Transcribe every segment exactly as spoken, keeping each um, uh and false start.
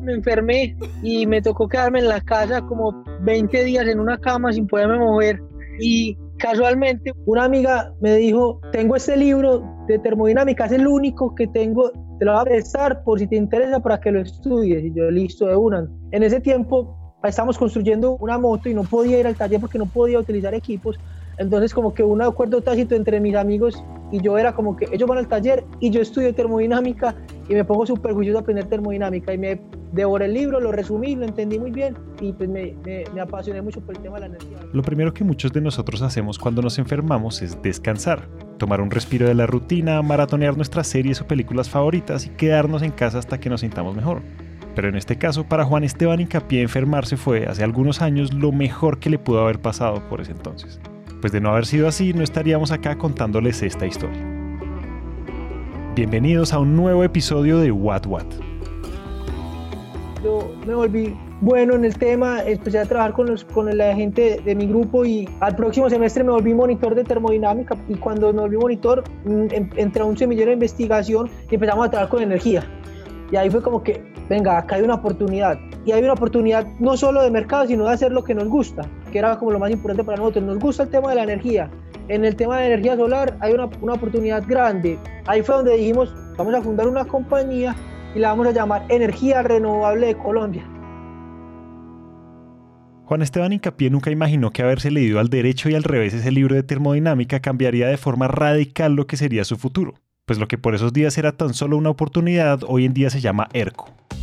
me enfermé y me tocó quedarme en la casa como veinte días en una cama sin poderme mover. Y casualmente una amiga me dijo, tengo este libro de termodinámica, es el único que tengo, te lo voy a prestar por si te interesa para que lo estudies. Y yo, listo, de una. En ese tiempo estábamos construyendo una moto y no podía ir al taller porque no podía utilizar equipos. Entonces como que un acuerdo tácito entre mis amigos y yo era como que ellos van al taller y yo estudio termodinámica y me pongo súper juicioso a aprender termodinámica y me devoré el libro, lo resumí, lo entendí muy bien y pues me, me, me apasioné mucho por el tema de la energía. Lo primero que muchos de nosotros hacemos cuando nos enfermamos es descansar, tomar un respiro de la rutina, maratonear nuestras series o películas favoritas y quedarnos en casa hasta que nos sintamos mejor. Pero en este caso, para Juan Esteban Hincapié, enfermarse fue, hace algunos años, lo mejor que le pudo haber pasado por ese entonces. Pues de no haber sido así, no estaríamos acá contándoles esta historia. Bienvenidos a un nuevo episodio de What What. Yo me volví bueno en el tema, empecé a trabajar con, los, con la gente de mi grupo y al próximo semestre me volví monitor de termodinámica y cuando me volví monitor entré a un semillero de investigación y empezamos a trabajar con energía. Y ahí fue como que, venga, acá hay una oportunidad. Y hay una oportunidad no solo de mercado, sino de hacer lo que nos gusta, que era como lo más importante para nosotros. Nos gusta el tema de la energía. En el tema de energía solar hay una, una oportunidad grande. Ahí fue donde dijimos, vamos a fundar una compañía y la vamos a llamar Energía Renovable de Colombia. Juan Esteban Hincapié nunca imaginó que haberse leído al derecho y al revés ese libro de termodinámica cambiaría de forma radical lo que sería su futuro. Pues lo que por esos días era tan solo una oportunidad, hoy en día se llama ERCO.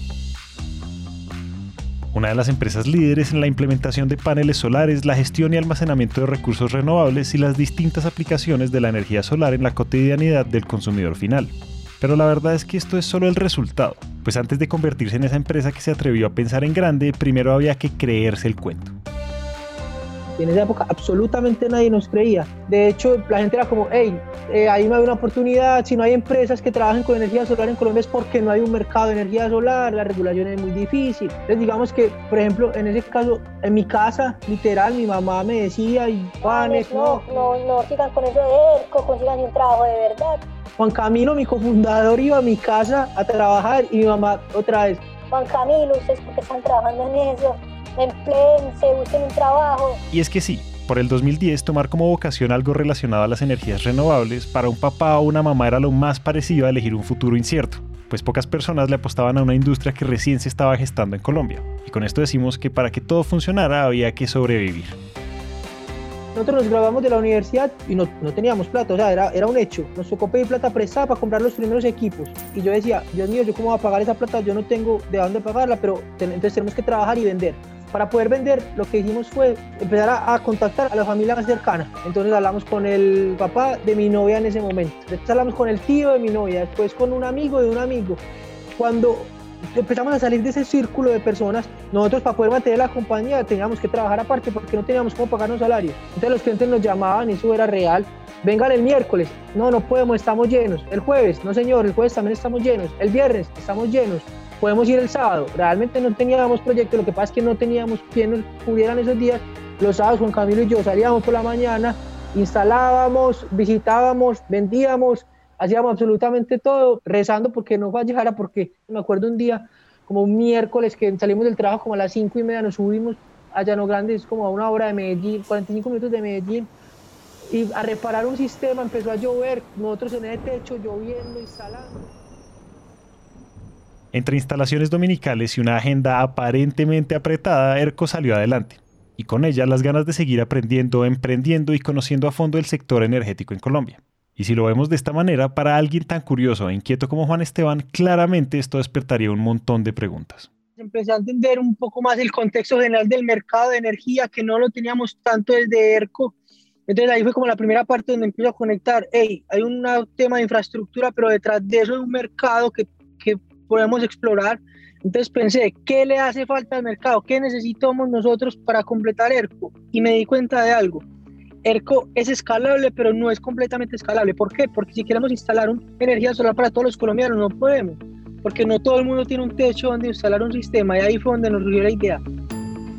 Una de las empresas líderes en la implementación de paneles solares, la gestión y almacenamiento de recursos renovables y las distintas aplicaciones de la energía solar en la cotidianidad del consumidor final. Pero la verdad es que esto es solo el resultado, pues antes de convertirse en esa empresa que se atrevió a pensar en grande, primero había que creerse el cuento. Y en esa época absolutamente nadie nos creía. De hecho, la gente era como, hey, eh, ahí no hay una oportunidad, si no hay empresas que trabajen con energía solar en Colombia es porque no hay un mercado de energía solar, la regulación es muy difícil. Entonces digamos que, por ejemplo, en ese caso, en mi casa, literal, mi mamá me decía, y Juanes, no, no, no, no sigan con eso de ERCO, consigan un trabajo de verdad. Juan Camilo, mi cofundador, iba a mi casa a trabajar y mi mamá otra vez. Juan Camilo, ¿ustedes por qué están trabajando en eso? Empléense, busquen un trabajo. Y es que sí, por el dos mil diez tomar como vocación algo relacionado a las energías renovables para un papá o una mamá era lo más parecido a elegir un futuro incierto, pues pocas personas le apostaban a una industria que recién se estaba gestando en Colombia. Y con esto decimos que para que todo funcionara había que sobrevivir. Nosotros nos graduamos de la universidad y no, no teníamos plata, o sea, era, era un hecho. Nos tocó pedir plata prestada para comprar los primeros equipos. Y yo decía, Dios mío, ¿yo cómo voy a pagar esa plata? Yo no tengo de dónde pagarla, pero ten, entonces tenemos que trabajar y vender. Para poder vender, lo que hicimos fue empezar a, a contactar a la familia más cercana. Entonces hablamos con el papá de mi novia en ese momento. Después hablamos con el tío de mi novia, después con un amigo de un amigo. Cuando empezamos a salir de ese círculo de personas, nosotros para poder mantener la compañía teníamos que trabajar aparte porque no teníamos cómo pagarnos salario. Entonces los clientes nos llamaban, eso era real. Vengan el miércoles, no, no podemos, estamos llenos. El jueves, no señor, el jueves también estamos llenos. El viernes, estamos llenos. Podemos ir el sábado. Realmente no teníamos proyecto, lo que pasa es que no teníamos quien nos cubieran esos días. Los sábados Juan Camilo y yo salíamos por la mañana, instalábamos, visitábamos, vendíamos, hacíamos absolutamente todo, rezando porque no fallara, porque me acuerdo un día, como un miércoles, que salimos del trabajo como a las cinco y media, nos subimos a Llano Grande, es como a una hora de Medellín, cuarenta y cinco minutos de Medellín, y a reparar un sistema, empezó a llover, nosotros en el techo, lloviendo, instalando. Entre instalaciones dominicales y una agenda aparentemente apretada, ERCO salió adelante. Y con ella las ganas de seguir aprendiendo, emprendiendo y conociendo a fondo el sector energético en Colombia. Y si lo vemos de esta manera, para alguien tan curioso e inquieto como Juan Esteban, claramente esto despertaría un montón de preguntas. Empecé a entender un poco más el contexto general del mercado de energía, que no lo teníamos tanto desde ERCO. Entonces ahí fue como la primera parte donde empiezo a conectar. Hey, hay un tema de infraestructura, pero detrás de eso hay un mercado que, que podemos explorar. Entonces pensé, ¿qué le hace falta al mercado? ¿Qué necesitamos nosotros para completar ERCO? Y me di cuenta de algo. ERCO es escalable, pero no es completamente escalable. ¿Por qué? Porque si queremos instalar una energía solar para todos los colombianos, no podemos. Porque no todo el mundo tiene un techo donde instalar un sistema. Y ahí fue donde nos surgió la idea.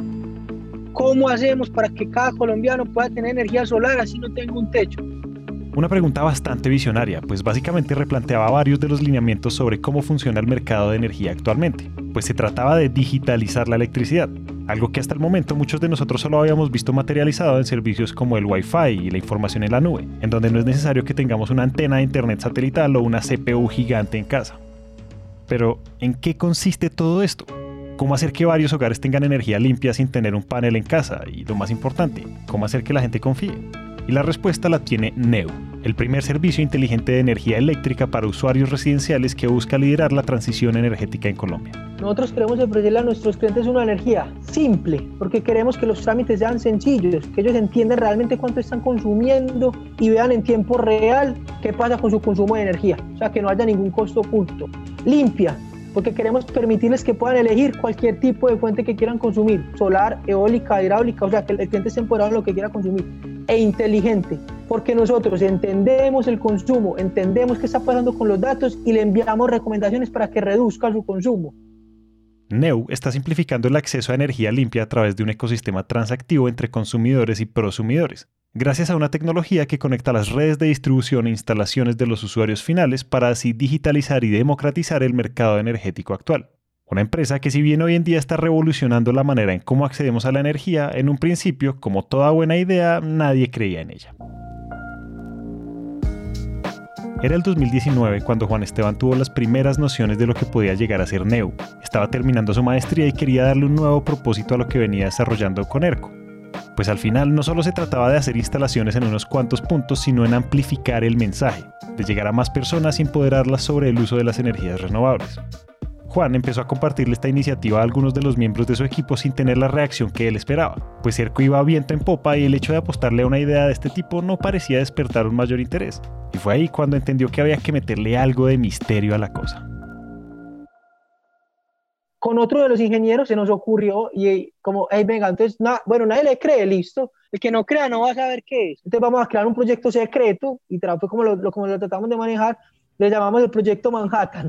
¿Cómo hacemos para que cada colombiano pueda tener energía solar así no tenga un techo? Una pregunta bastante visionaria, pues básicamente replanteaba varios de los lineamientos sobre cómo funciona el mercado de energía actualmente, pues se trataba de digitalizar la electricidad, algo que hasta el momento muchos de nosotros solo habíamos visto materializado en servicios como el Wi-Fi y la información en la nube, en donde no es necesario que tengamos una antena de internet satelital o una C P U gigante en casa. Pero, ¿en qué consiste todo esto? ¿Cómo hacer que varios hogares tengan energía limpia sin tener un panel en casa? Y lo más importante, ¿cómo hacer que la gente confíe? Y la respuesta la tiene Neu, el primer servicio inteligente de energía eléctrica para usuarios residenciales que busca liderar la transición energética en Colombia. Nosotros queremos ofrecerle a nuestros clientes una energía simple, porque queremos que los trámites sean sencillos, que ellos entiendan realmente cuánto están consumiendo y vean en tiempo real qué pasa con su consumo de energía, o sea, que no haya ningún costo oculto. Limpia, porque queremos permitirles que puedan elegir cualquier tipo de fuente que quieran consumir, solar, eólica, hidráulica, o sea, que el cliente esté empoderado en lo que quiera consumir. E inteligente, porque nosotros entendemos el consumo, entendemos qué está pasando con los datos y le enviamos recomendaciones para que reduzca su consumo. Neu está simplificando el acceso a energía limpia a través de un ecosistema transactivo entre consumidores y prosumidores, gracias a una tecnología que conecta las redes de distribución e instalaciones de los usuarios finales para así digitalizar y democratizar el mercado energético actual. Una empresa que, si bien hoy en día está revolucionando la manera en cómo accedemos a la energía, en un principio, como toda buena idea, nadie creía en ella. Era el dos mil diecinueve cuando Juan Esteban tuvo las primeras nociones de lo que podía llegar a ser Neu. Estaba terminando su maestría y quería darle un nuevo propósito a lo que venía desarrollando con ERCO. Pues al final no solo se trataba de hacer instalaciones en unos cuantos puntos, sino en amplificar el mensaje, de llegar a más personas y empoderarlas sobre el uso de las energías renovables. Juan empezó a compartirle esta iniciativa a algunos de los miembros de su equipo sin tener la reacción que él esperaba, pues ERCO iba a viento en popa y el hecho de apostarle a una idea de este tipo no parecía despertar un mayor interés. Y fue ahí cuando entendió que había que meterle algo de misterio a la cosa. Con otro de los ingenieros se nos ocurrió y como, hey, venga, entonces, na, bueno, nadie le cree, listo. El que no crea no va a saber qué es. Entonces vamos a crear un proyecto secreto y fue como lo, lo, como lo tratamos de manejar, le llamamos el Proyecto Manhattan.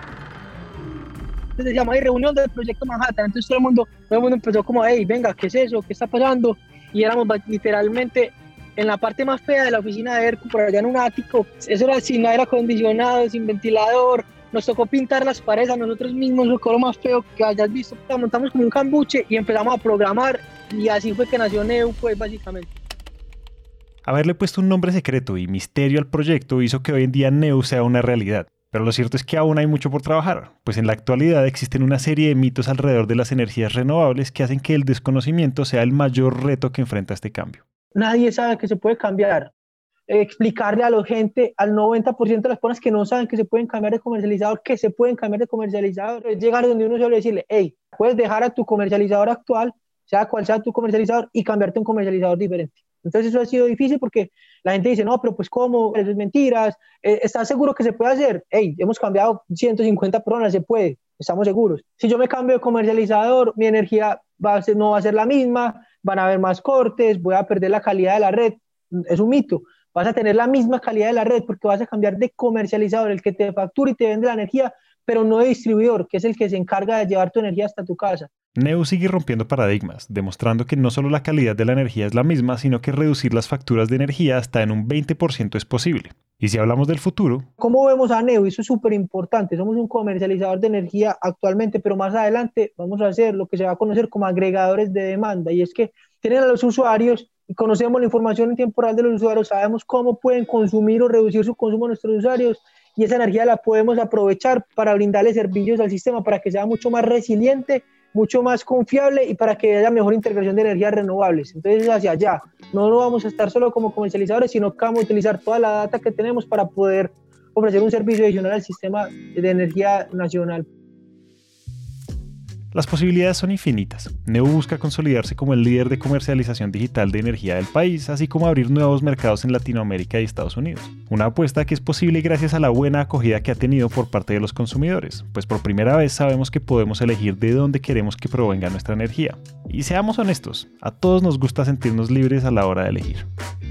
Entonces se llama ahí reunión del Proyecto Manhattan. Entonces todo el mundo, todo el mundo empezó como, hey, venga, ¿qué es eso? ¿Qué está pasando? Y éramos literalmente en la parte más fea de la oficina de ERCO, por allá en un ático. Eso era sin aire acondicionado, sin ventilador. Nos tocó pintar las paredes a nosotros mismos, lo que lo más feo que hayas visto. Montamos como un cambuche y empezamos a programar y así fue que nació Neu, pues básicamente. Haberle puesto un nombre secreto y misterio al proyecto hizo que hoy en día Neu sea una realidad. Pero lo cierto es que aún hay mucho por trabajar, pues en la actualidad existen una serie de mitos alrededor de las energías renovables que hacen que el desconocimiento sea el mayor reto que enfrenta este cambio. Nadie sabe que se puede cambiar. Explicarle a la gente, al noventa por ciento de las personas que no saben que se pueden cambiar de comercializador, que se pueden cambiar de comercializador, es llegar donde uno suele decirle, hey, puedes dejar a tu comercializador actual, sea cual sea tu comercializador, y cambiarte a un comercializador diferente. Entonces eso ha sido difícil porque la gente dice, no, pero pues ¿cómo? Eso es mentiras. Eh, ¿Estás seguro que se puede hacer? Hey, hemos cambiado ciento cincuenta personas, se puede, estamos seguros. Si yo me cambio de comercializador, mi energía va a ser, no va a ser la misma, van a haber más cortes, voy a perder la calidad de la red. Es un mito. Vas a tener la misma calidad de la red porque vas a cambiar de comercializador, el que te factura y te vende la energía, pero no de distribuidor, que es el que se encarga de llevar tu energía hasta tu casa. Neu sigue rompiendo paradigmas, demostrando que no solo la calidad de la energía es la misma, sino que reducir las facturas de energía hasta en un veinte por ciento es posible. Y si hablamos del futuro... ¿Cómo vemos a Neu? Eso es súper importante. Somos un comercializador de energía actualmente, pero más adelante vamos a hacer lo que se va a conocer como agregadores de demanda, y es que tienen a los usuarios y conocemos la información en tiempo real de los usuarios, sabemos cómo pueden consumir o reducir su consumo nuestros usuarios, y esa energía la podemos aprovechar para brindarle servicios al sistema para que sea mucho más resiliente, mucho más confiable y para que haya mejor integración de energías renovables. Entonces hacia allá, no, no vamos a estar solo como comercializadores, sino que vamos a utilizar toda la data que tenemos para poder ofrecer un servicio adicional al sistema de energía nacional. Las posibilidades son infinitas. Neu busca consolidarse como el líder de comercialización digital de energía del país, así como abrir nuevos mercados en Latinoamérica y Estados Unidos. Una apuesta que es posible gracias a la buena acogida que ha tenido por parte de los consumidores, pues por primera vez sabemos que podemos elegir de dónde queremos que provenga nuestra energía. Y seamos honestos, a todos nos gusta sentirnos libres a la hora de elegir.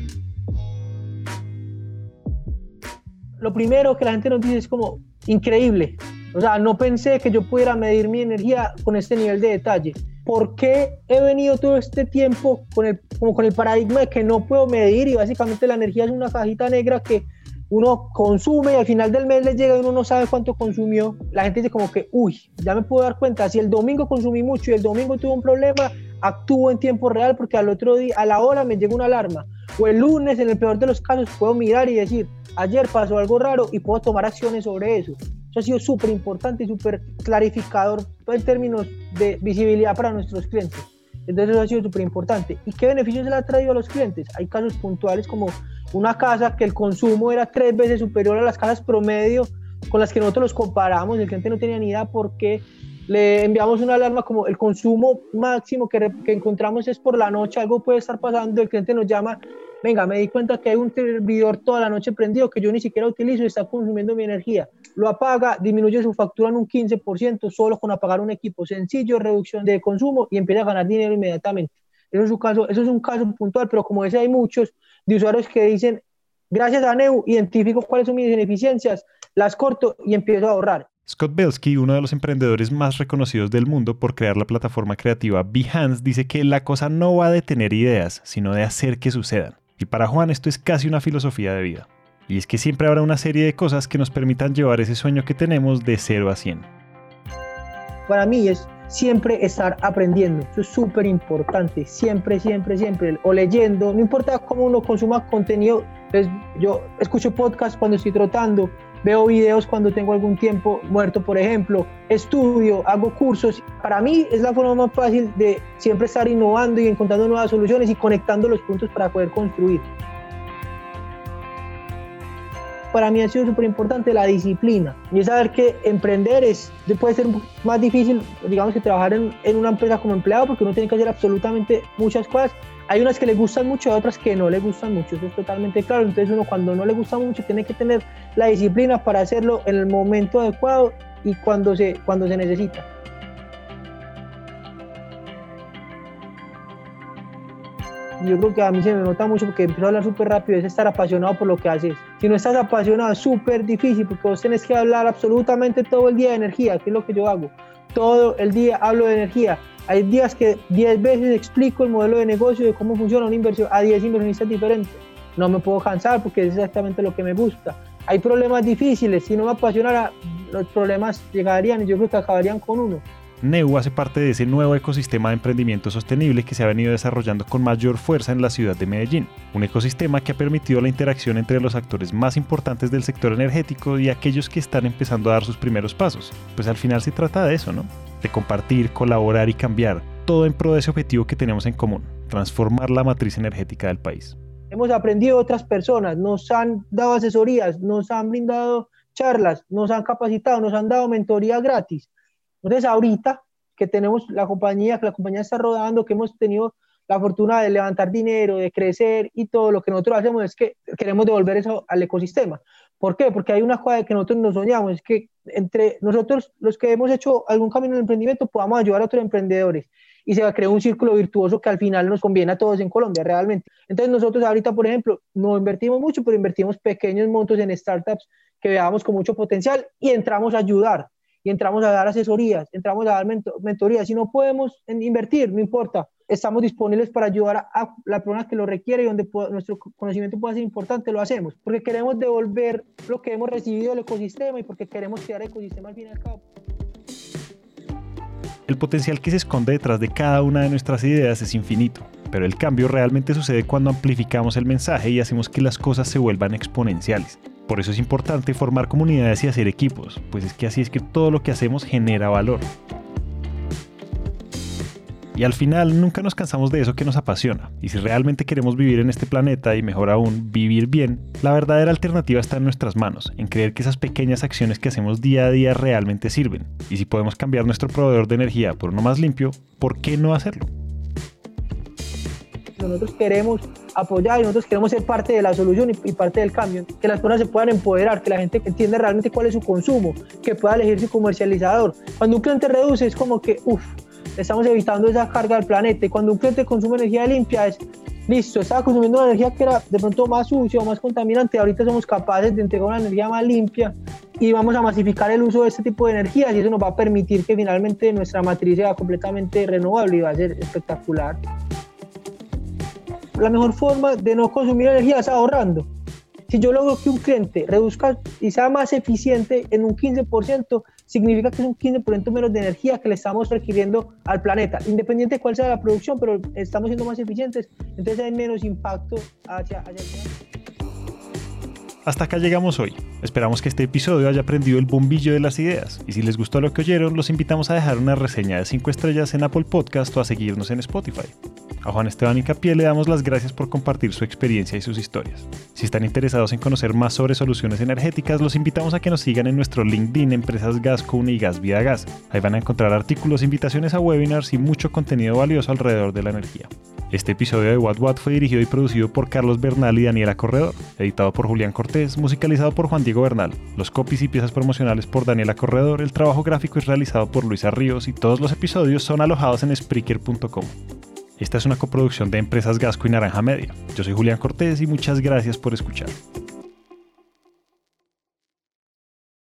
Lo primero que la gente nos dice es como, increíble. O sea, no pensé que yo pudiera medir mi energía con este nivel de detalle. ¿por qué he venido todo este tiempo con el, como con el paradigma de que no puedo medir y básicamente la energía es una cajita negra que uno consume y al final del mes le llega y uno no sabe cuánto consumió? La gente dice como que, uy, ya me puedo dar cuenta, si el domingo consumí mucho y el domingo tuve un problema, actúo en tiempo real porque al otro día, a la hora me llega una alarma. O el lunes, en el peor de los casos, puedo mirar y decir, ayer pasó algo raro y puedo tomar acciones sobre eso. Eso ha sido súper importante y súper clarificador en términos de visibilidad para nuestros clientes. Entonces eso ha sido súper importante. ¿Y qué beneficios se le ha traído a los clientes? Hay casos puntuales como una casa que el consumo era tres veces superior a las casas promedio con las que nosotros los comparamos. El cliente no tenía ni idea por qué. Le enviamos una alarma como el consumo máximo que, que encontramos es por la noche, algo puede estar pasando, el cliente nos llama, venga, me di cuenta que hay un servidor toda la noche prendido que yo ni siquiera utilizo y está consumiendo mi energía. Lo apaga, disminuye su factura en un quince por ciento solo con apagar un equipo sencillo, reducción de consumo y empieza a ganar dinero inmediatamente. Eso es un caso, eso es un caso puntual, pero como ese hay muchos de usuarios que dicen, gracias a Neu, identifico cuáles son mis ineficiencias, las corto y empiezo a ahorrar. Scott Belsky, uno de los emprendedores más reconocidos del mundo por crear la plataforma creativa Behance, dice que la cosa no va de tener ideas, sino de hacer que sucedan. Y para Juan esto es casi una filosofía de vida. Y es que siempre habrá una serie de cosas que nos permitan llevar ese sueño que tenemos de cero a cien. Para mí es siempre estar aprendiendo, eso es súper importante, siempre, siempre, siempre, o leyendo, no importa cómo uno consuma contenido. Entonces, yo escucho podcasts cuando estoy trotando, veo videos cuando tengo algún tiempo muerto, por ejemplo, estudio, hago cursos. Para mí es la forma más fácil de siempre estar innovando y encontrando nuevas soluciones y conectando los puntos para poder construir. Para mí ha sido súper importante la disciplina y es saber que emprender es, puede ser más difícil, digamos, que trabajar en, en una empresa como empleado, porque uno tiene que hacer absolutamente muchas cosas. Hay unas que le gustan mucho y otras que no le gustan mucho, eso es totalmente claro. Entonces uno cuando no le gusta mucho tiene que tener la disciplina para hacerlo en el momento adecuado y cuando se, cuando se necesita. Yo creo que a mí se me nota mucho porque empiezo a hablar súper rápido, es estar apasionado por lo que haces. Si no estás apasionado es súper difícil porque vos tenés que hablar absolutamente todo el día de energía, que es lo que yo hago. Todo el día hablo de energía. Hay días que diez veces explico el modelo de negocio de cómo funciona una inversión a diez inversionistas diferentes. No me puedo cansar porque es exactamente lo que me gusta. Hay problemas difíciles, si no me apasionara, los problemas llegarían y yo creo que acabarían con uno. Neu hace parte de ese nuevo ecosistema de emprendimiento sostenible que se ha venido desarrollando con mayor fuerza en la ciudad de Medellín. Un ecosistema que ha permitido la interacción entre los actores más importantes del sector energético y aquellos que están empezando a dar sus primeros pasos. Pues al final se trata de eso, ¿no? De compartir, colaborar y cambiar, todo en pro de ese objetivo que tenemos en común, transformar la matriz energética del país. Hemos aprendido de otras personas, nos han dado asesorías, nos han brindado charlas, nos han capacitado, nos han dado mentoría gratis. Entonces ahorita que tenemos la compañía, que la compañía está rodando, que hemos tenido la fortuna de levantar dinero, de crecer y todo, lo que nosotros hacemos es que queremos devolver eso al ecosistema. ¿Por qué? Porque hay una cosa que nosotros nos soñamos, es que entre nosotros, los que hemos hecho algún camino en el emprendimiento, podamos ayudar a otros emprendedores y se va a crear un círculo virtuoso que al final nos conviene a todos en Colombia, realmente. Entonces nosotros ahorita, por ejemplo, no invertimos mucho, pero invertimos pequeños montos en startups que veamos con mucho potencial y entramos a ayudar. Y entramos a dar asesorías, entramos a dar mentor, mentorías. Si no podemos invertir, no importa, estamos disponibles para ayudar a, a las personas que lo requieren y donde pueda, nuestro conocimiento pueda ser importante, lo hacemos, porque queremos devolver lo que hemos recibido del ecosistema y porque queremos crear el ecosistema al fin y al cabo. El potencial que se esconde detrás de cada una de nuestras ideas es infinito, pero el cambio realmente sucede cuando amplificamos el mensaje y hacemos que las cosas se vuelvan exponenciales. Por eso es importante formar comunidades y hacer equipos, pues es que así es que todo lo que hacemos genera valor. Y al final nunca nos cansamos de eso que nos apasiona, y si realmente queremos vivir en este planeta y mejor aún, vivir bien, la verdadera alternativa está en nuestras manos, en creer que esas pequeñas acciones que hacemos día a día realmente sirven. Y si podemos cambiar nuestro proveedor de energía por uno más limpio, ¿por qué no hacerlo? Nosotros queremos apoyar y nosotros queremos ser parte de la solución y, y parte del cambio, que las personas se puedan empoderar, que la gente entienda realmente cuál es su consumo, que pueda elegir su comercializador. Cuando un cliente reduce es como que, uff, estamos evitando esa carga al planeta, y cuando un cliente consume energía limpia es, listo, estaba consumiendo una energía que era de pronto más sucia o más contaminante, ahorita somos capaces de entregar una energía más limpia y vamos a masificar el uso de este tipo de energías y eso nos va a permitir que finalmente nuestra matriz sea completamente renovable y va a ser espectacular. La mejor forma de no consumir energía es ahorrando. Si yo logro que un cliente reduzca y sea más eficiente en un quince por ciento, significa que es un quince por ciento menos de energía que le estamos requiriendo al planeta, independiente de cuál sea la producción, pero estamos siendo más eficientes, entonces hay menos impacto hacia, hacia el planeta. Hasta acá llegamos hoy. Esperamos que este episodio haya prendido el bombillo de las ideas, y si les gustó lo que oyeron, los invitamos a dejar una reseña de cinco estrellas en Apple Podcast o a seguirnos en Spotify. A Juan Esteban Hincapié le damos las gracias por compartir su experiencia y sus historias. Si están interesados en conocer más sobre soluciones energéticas, los invitamos a que nos sigan en nuestro LinkedIn Empresas Gasco y Gas Vida Gas. Ahí van a encontrar artículos, invitaciones a webinars y mucho contenido valioso alrededor de la energía. Este episodio de What What fue dirigido y producido por Carlos Bernal y Daniela Corredor, editado por Julián Cortés, musicalizado por Juan Diego Bernal, los copies y piezas promocionales por Daniela Corredor, el trabajo gráfico es realizado por Luisa Ríos y todos los episodios son alojados en Spreaker punto com. Esta es una coproducción de Empresas Gasco y Naranja Media. Yo soy Julián Cortés y muchas gracias por escuchar.